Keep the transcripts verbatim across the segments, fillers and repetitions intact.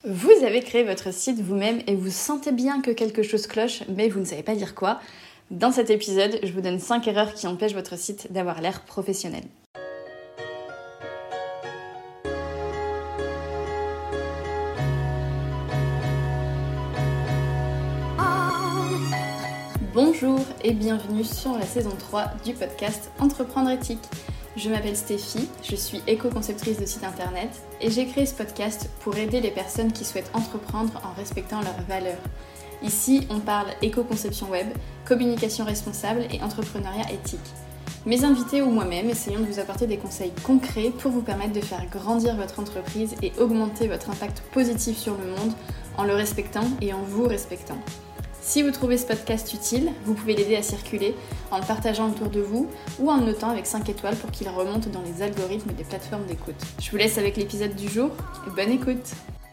Vous avez créé votre site vous-même et vous sentez bien que quelque chose cloche, mais vous ne savez pas dire quoi. Dans cet épisode, je vous donne cinq erreurs qui empêchent votre site d'avoir l'air professionnel. Bonjour et bienvenue sur la saison trois du podcast Entreprendre éthique. Je m'appelle Stéphie, je suis éco-conceptrice de site internet et j'ai créé ce podcast pour aider les personnes qui souhaitent entreprendre en respectant leurs valeurs. Ici, on parle éco-conception web, communication responsable et entrepreneuriat éthique. Mes invités ou moi-même essayons de vous apporter des conseils concrets pour vous permettre de faire grandir votre entreprise et augmenter votre impact positif sur le monde en le respectant et en vous respectant. Si vous trouvez ce podcast utile, vous pouvez l'aider à circuler en le partageant autour de vous ou en le notant avec cinq étoiles pour qu'il remonte dans les algorithmes des plateformes d'écoute. Je vous laisse avec l'épisode du jour et bonne écoute.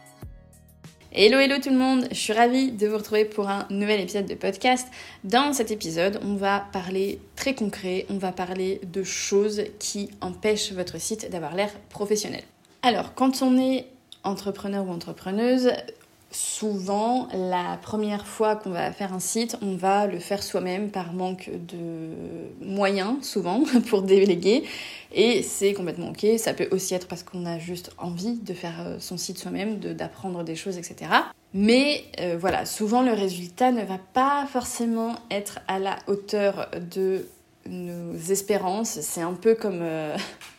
Hello hello tout le monde, je suis ravie de vous retrouver pour un nouvel épisode de podcast. Dans cet épisode, on va parler très concret, on va parler de choses qui empêchent votre site d'avoir l'air professionnel. Alors, quand on est entrepreneur ou entrepreneuse, souvent, la première fois qu'on va faire un site, on va le faire soi-même par manque de moyens, souvent, pour déléguer. Et c'est complètement ok. Ça peut aussi être parce qu'on a juste envie de faire son site soi-même, de, d'apprendre des choses, et cetera. Mais euh, voilà, souvent le résultat ne va pas forcément être à la hauteur de nos espérances. C'est un peu comme euh,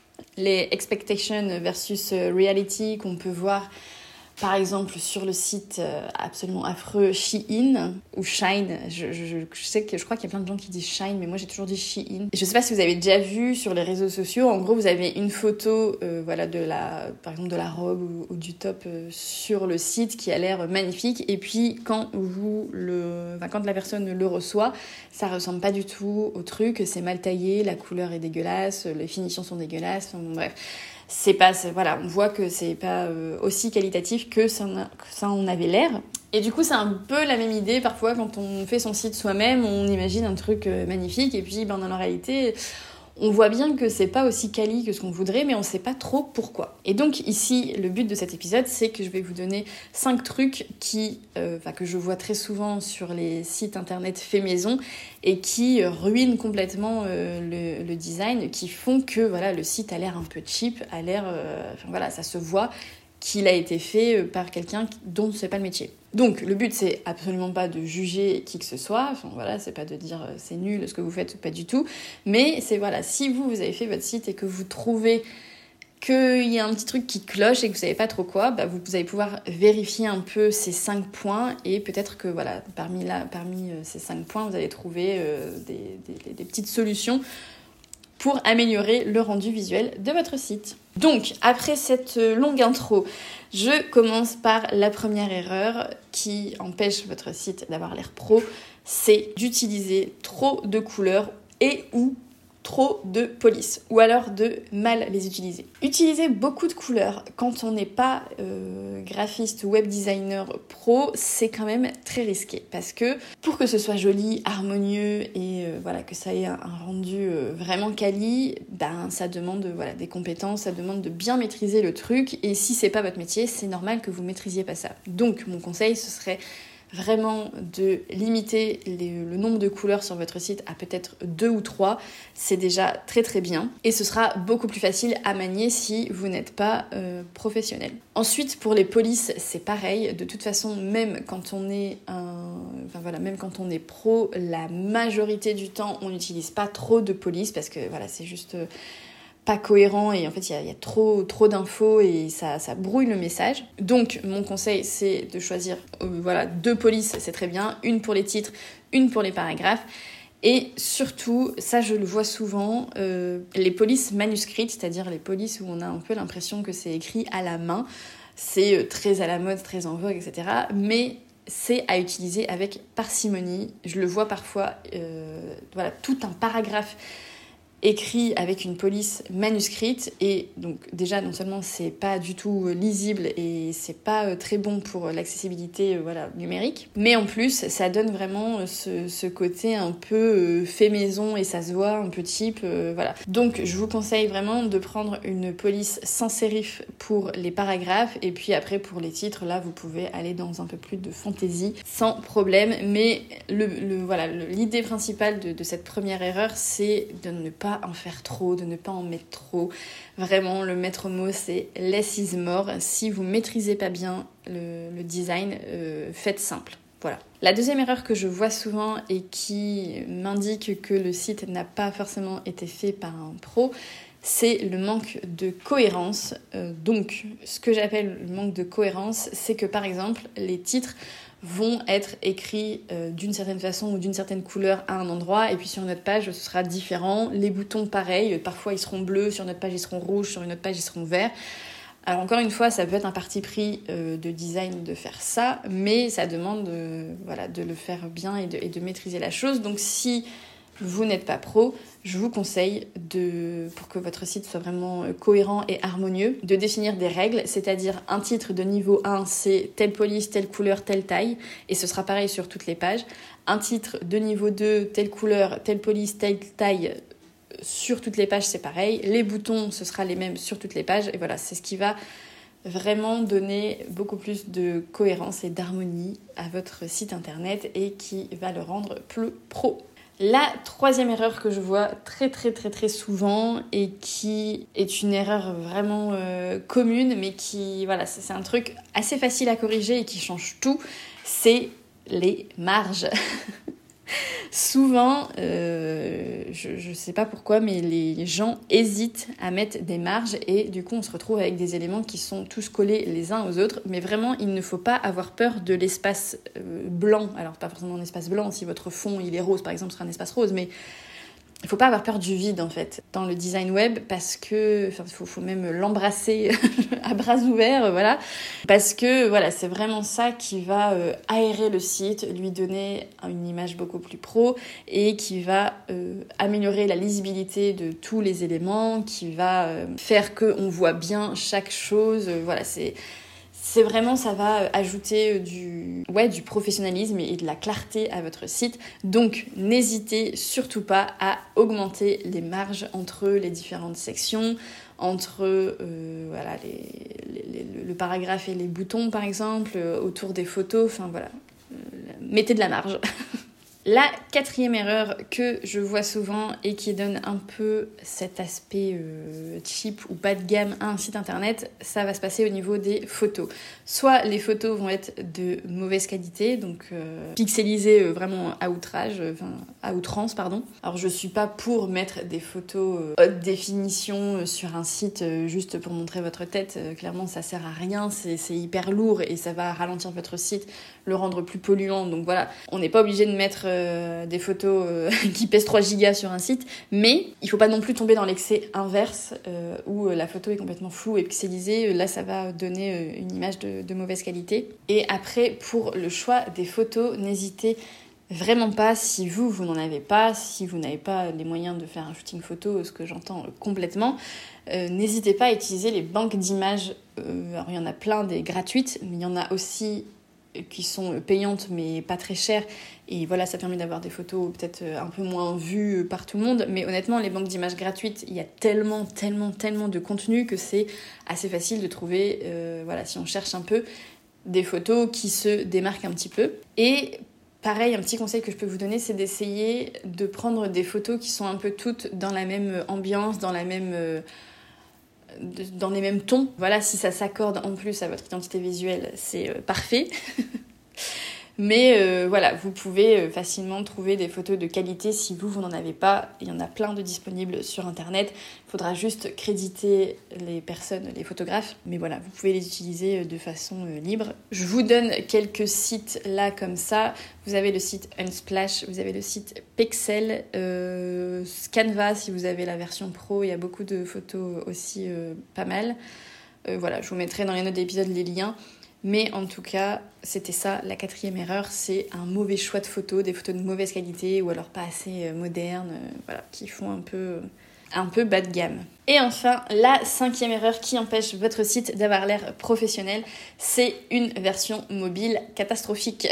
les expectations versus reality qu'on peut voir par exemple sur le site absolument affreux Shein ou Shine. Je, je, je sais que je crois qu'il y a plein de gens qui disent Shine, mais moi j'ai toujours dit Shein. Je sais pas si vous avez déjà vu sur les réseaux sociaux. En gros, vous avez une photo, euh, voilà, de la, par exemple de la robe ou, ou du top euh, sur le site qui a l'air magnifique. Et puis quand vous le, enfin, quand la personne le reçoit, ça ressemble pas du tout au truc. C'est mal taillé, la couleur est dégueulasse, les finitions sont dégueulasses. Enfin, bon, bref. C'est pas, c'est, voilà, on voit que c'est pas euh, aussi qualitatif que ça, que ça en avait l'air. Et du coup, c'est un peu la même idée parfois quand on fait son site soi-même, on imagine un truc euh, magnifique et puis ben, dans la réalité, on voit bien que c'est pas aussi quali que ce qu'on voudrait, mais on sait pas trop pourquoi. Et donc ici, le but de cet épisode, c'est que je vais vous donner cinq trucs qui, euh, que je vois très souvent sur les sites internet faits maison et qui ruinent complètement euh, le, le design, qui font que voilà, le site a l'air un peu cheap, a l'air, euh, enfin voilà, ça se voit qu'il a été fait par quelqu'un dont c'est pas le métier. Donc le but c'est absolument pas de juger qui que ce soit, enfin voilà, c'est pas de dire euh, c'est nul ce que vous faites, pas du tout, mais c'est voilà, si vous, vous avez fait votre site et que vous trouvez qu'il y a un petit truc qui cloche et que vous savez pas trop quoi, bah vous, vous allez pouvoir vérifier un peu ces cinq points et peut-être que voilà, parmi, là, parmi euh, ces cinq points, vous allez trouver euh, des, des, des petites solutions pour améliorer le rendu visuel de votre site. Donc, après cette longue intro, je commence par la première erreur qui empêche votre site d'avoir l'air pro, c'est d'utiliser trop de couleurs et ou trop de police, ou alors de mal les utiliser. Utiliser beaucoup de couleurs quand on n'est pas euh, graphiste ou web designer pro, c'est quand même très risqué, parce que pour que ce soit joli, harmonieux et euh, voilà, que ça ait un, un rendu euh, vraiment quali, ben, ça demande voilà, des compétences, ça demande de bien maîtriser le truc, et si c'est pas votre métier, c'est normal que vous maîtrisiez pas ça. Donc mon conseil, ce serait vraiment de limiter les, le nombre de couleurs sur votre site à peut-être deux ou trois, c'est déjà très très bien et ce sera beaucoup plus facile à manier si vous n'êtes pas euh, professionnel. Ensuite, pour les polices, c'est pareil, de toute façon, même quand on est un, enfin voilà, même quand on est pro, la majorité du temps, on n'utilise pas trop de police parce que voilà, c'est juste euh, pas cohérent et en fait il y a, y a trop, trop d'infos et ça, ça brouille le message. Donc mon conseil c'est de choisir euh, voilà, deux polices, c'est très bien, une pour les titres, une pour les paragraphes. Et surtout, ça je le vois souvent, euh, les polices manuscrites, c'est-à-dire les polices où on a un peu l'impression que c'est écrit à la main, c'est très à la mode, très en vogue, et cetera. Mais c'est à utiliser avec parcimonie. Je le vois parfois, euh, voilà, tout un paragraphe écrit avec une police manuscrite et donc déjà non seulement c'est pas du tout lisible et c'est pas très bon pour l'accessibilité voilà, numérique, mais en plus ça donne vraiment ce, ce côté un peu fait maison et ça se voit un peu cheap, euh, voilà. Donc je vous conseille vraiment de prendre une police sans sérif pour les paragraphes et puis après pour les titres là vous pouvez aller dans un peu plus de fantaisie sans problème, mais le, le, voilà, le, l'idée principale de, de cette première erreur c'est de ne pas en faire trop, de ne pas en mettre trop. Vraiment, le maître mot, c'est less is more. Si vous maîtrisez pas bien le, le design, euh, faites simple. Voilà. La deuxième erreur que je vois souvent et qui m'indique que le site n'a pas forcément été fait par un pro, c'est le manque de cohérence. Euh, donc, ce que j'appelle le manque de cohérence, c'est que par exemple, les titres vont être écrits euh, d'une certaine façon ou d'une certaine couleur à un endroit et puis sur une autre page ce sera différent. Les boutons pareil, parfois ils seront bleus, sur une autre page ils seront rouges, sur une autre page ils seront verts. Alors encore une fois, ça peut être un parti pris euh, de design de faire ça, mais ça demande euh, voilà, de le faire bien et de, et de maîtriser la chose. Donc si vous n'êtes pas pro, je vous conseille, de, pour que votre site soit vraiment cohérent et harmonieux, de définir des règles, c'est-à-dire un titre de niveau un, c'est telle police, telle couleur, telle taille, et ce sera pareil sur toutes les pages. Un titre de niveau deux, telle couleur, telle police, telle taille, sur toutes les pages, c'est pareil. Les boutons, ce sera les mêmes sur toutes les pages, et voilà, c'est ce qui va vraiment donner beaucoup plus de cohérence et d'harmonie à votre site internet et qui va le rendre plus pro. La troisième erreur que je vois très très très très souvent et qui est une erreur vraiment euh, commune, mais qui, voilà, c'est, c'est un truc assez facile à corriger et qui change tout, c'est les marges. Souvent, euh, je ne sais pas pourquoi, mais les gens hésitent à mettre des marges et du coup on se retrouve avec des éléments qui sont tous collés les uns aux autres, mais vraiment il ne faut pas avoir peur de l'espace euh, blanc. Alors pas forcément un espace blanc, si votre fond il est rose par exemple, ce sera un espace rose, mais il faut pas avoir peur du vide en fait dans le design web parce que enfin faut, faut même l'embrasser à bras ouverts, voilà, parce que voilà, c'est vraiment ça qui va euh, aérer le site, lui donner une image beaucoup plus pro et qui va euh, améliorer la lisibilité de tous les éléments, qui va euh, faire que on voit bien chaque chose, euh, voilà, c'est C'est vraiment, ça va ajouter du, ouais, du professionnalisme et de la clarté à votre site. Donc, n'hésitez surtout pas à augmenter les marges entre les différentes sections, entre euh, voilà, les, les, les, le paragraphe et les boutons, par exemple, euh, autour des photos. Enfin, voilà, euh, mettez de la marge. La quatrième erreur que je vois souvent et qui donne un peu cet aspect euh, cheap ou bas de gamme à un site internet, ça va se passer au niveau des photos. Soit les photos vont être de mauvaise qualité, donc euh, pixelisées euh, vraiment à outrage, euh, enfin à outrance, pardon. Alors je suis pas pour mettre des photos euh, haute définition euh, sur un site euh, juste pour montrer votre tête. Euh, clairement, ça sert à rien, c'est, c'est hyper lourd et ça va ralentir votre site, le rendre plus polluant. Donc voilà, on n'est pas obligé de mettre euh, Euh, des photos euh, qui pèsent trois gigas sur un site, mais il faut pas non plus tomber dans l'excès inverse euh, où la photo est complètement floue et pixelisée. Là, ça va donner euh, une image de, de mauvaise qualité. Et après, pour le choix des photos, n'hésitez vraiment pas, si vous, vous n'en avez pas, si vous n'avez pas les moyens de faire un shooting photo, ce que j'entends complètement, euh, n'hésitez pas à utiliser les banques d'images. Euh, alors, il y en a plein des gratuites, mais il y en a aussi qui sont payantes mais pas très chères, et voilà, ça permet d'avoir des photos peut-être un peu moins vues par tout le monde, mais honnêtement les banques d'images gratuites, il y a tellement tellement tellement de contenu que c'est assez facile de trouver, euh, voilà, si on cherche un peu, des photos qui se démarquent un petit peu. Et pareil, un petit conseil que je peux vous donner, c'est d'essayer de prendre des photos qui sont un peu toutes dans la même ambiance, dans la même euh, dans les mêmes tons. Voilà, si ça s'accorde en plus à votre identité visuelle, c'est euh, parfait. Mais euh, voilà, vous pouvez euh, facilement trouver des photos de qualité si vous, vous n'en avez pas. Il y en a plein de disponibles sur Internet. Il faudra juste créditer les personnes, les photographes. Mais voilà, vous pouvez les utiliser de façon euh, libre. Je vous donne quelques sites là comme ça. Vous avez le site Unsplash, vous avez le site Pexel, euh, Canva si vous avez la version pro. Il y a beaucoup de photos aussi euh, pas mal. Euh, voilà, je vous mettrai dans les notes d'épisode les liens. Mais en tout cas, c'était ça, la quatrième erreur, c'est un mauvais choix de photos, des photos de mauvaise qualité ou alors pas assez modernes, euh, voilà, qui font un peu un peu bas de gamme. Et enfin, la cinquième erreur qui empêche votre site d'avoir l'air professionnel, c'est une version mobile catastrophique.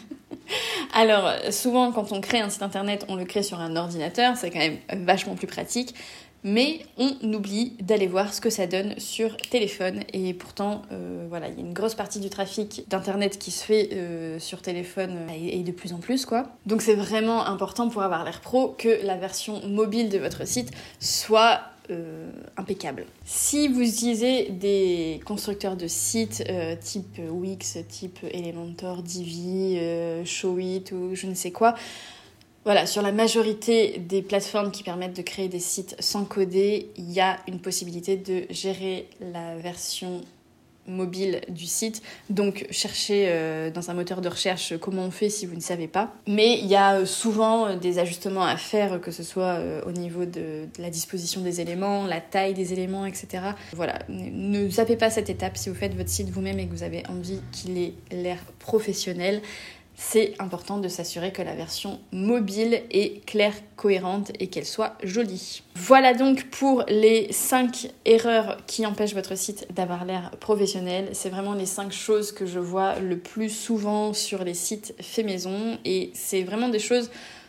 Alors, souvent, quand on crée un site internet, on le crée sur un ordinateur, c'est quand même vachement plus pratique, mais on oublie d'aller voir ce que ça donne sur téléphone. Et pourtant, euh, voilà, il y a une grosse partie du trafic d'internet qui se fait euh, sur téléphone et, et de plus en plus, quoi. Donc c'est vraiment important pour avoir l'air pro que la version mobile de votre site soit Euh, impeccable. Si vous utilisez des constructeurs de sites euh, type Wix, type Elementor, Divi, euh, Showit ou je ne sais quoi, voilà, sur la majorité des plateformes qui permettent de créer des sites sans coder, il y a une possibilité de gérer la version mobile du site, donc cherchez euh, dans un moteur de recherche comment on fait si vous ne savez pas. Mais il y a souvent des ajustements à faire, que ce soit euh, au niveau de, de la disposition des éléments, la taille des éléments, et cetera. Voilà, ne zappez pas cette étape si vous faites votre site vous-même et que vous avez envie qu'il ait l'air professionnel. C'est important de s'assurer que la version mobile est claire, cohérente et qu'elle soit jolie. Voilà donc pour les cinq erreurs qui empêchent votre site d'avoir l'air professionnel. C'est vraiment les cinq choses que je vois le plus souvent sur les sites faits maison et c'est vraiment des choses...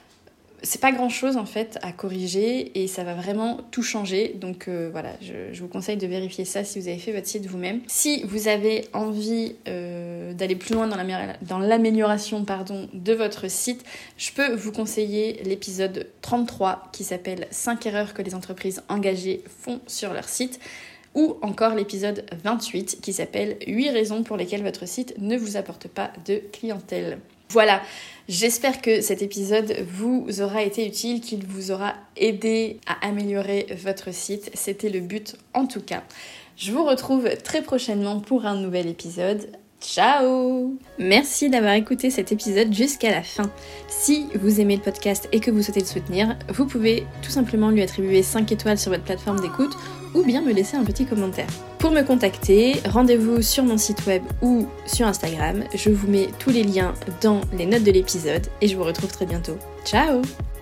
C'est pas grand chose en fait à corriger et ça va vraiment tout changer. Donc euh, voilà, je, je vous conseille de vérifier ça si vous avez fait votre site vous-même. Si vous avez envie euh, d'aller plus loin dans, l'amé- dans l'amélioration pardon, de votre site, je peux vous conseiller l'épisode trente-trois qui s'appelle cinq erreurs que les entreprises engagées font sur leur site. Ou encore l'épisode vingt-huit qui s'appelle huit raisons pour lesquelles votre site ne vous apporte pas de clientèle. Voilà, j'espère que cet épisode vous aura été utile, qu'il vous aura aidé à améliorer votre site. C'était le but en tout cas. Je vous retrouve très prochainement pour un nouvel épisode. Ciao! Merci d'avoir écouté cet épisode jusqu'à la fin. Si vous aimez le podcast et que vous souhaitez le soutenir, vous pouvez tout simplement lui attribuer cinq étoiles sur votre plateforme d'écoute ou bien me laisser un petit commentaire. Pour me contacter, rendez-vous sur mon site web ou sur Instagram. Je vous mets tous les liens dans les notes de l'épisode et je vous retrouve très bientôt. Ciao!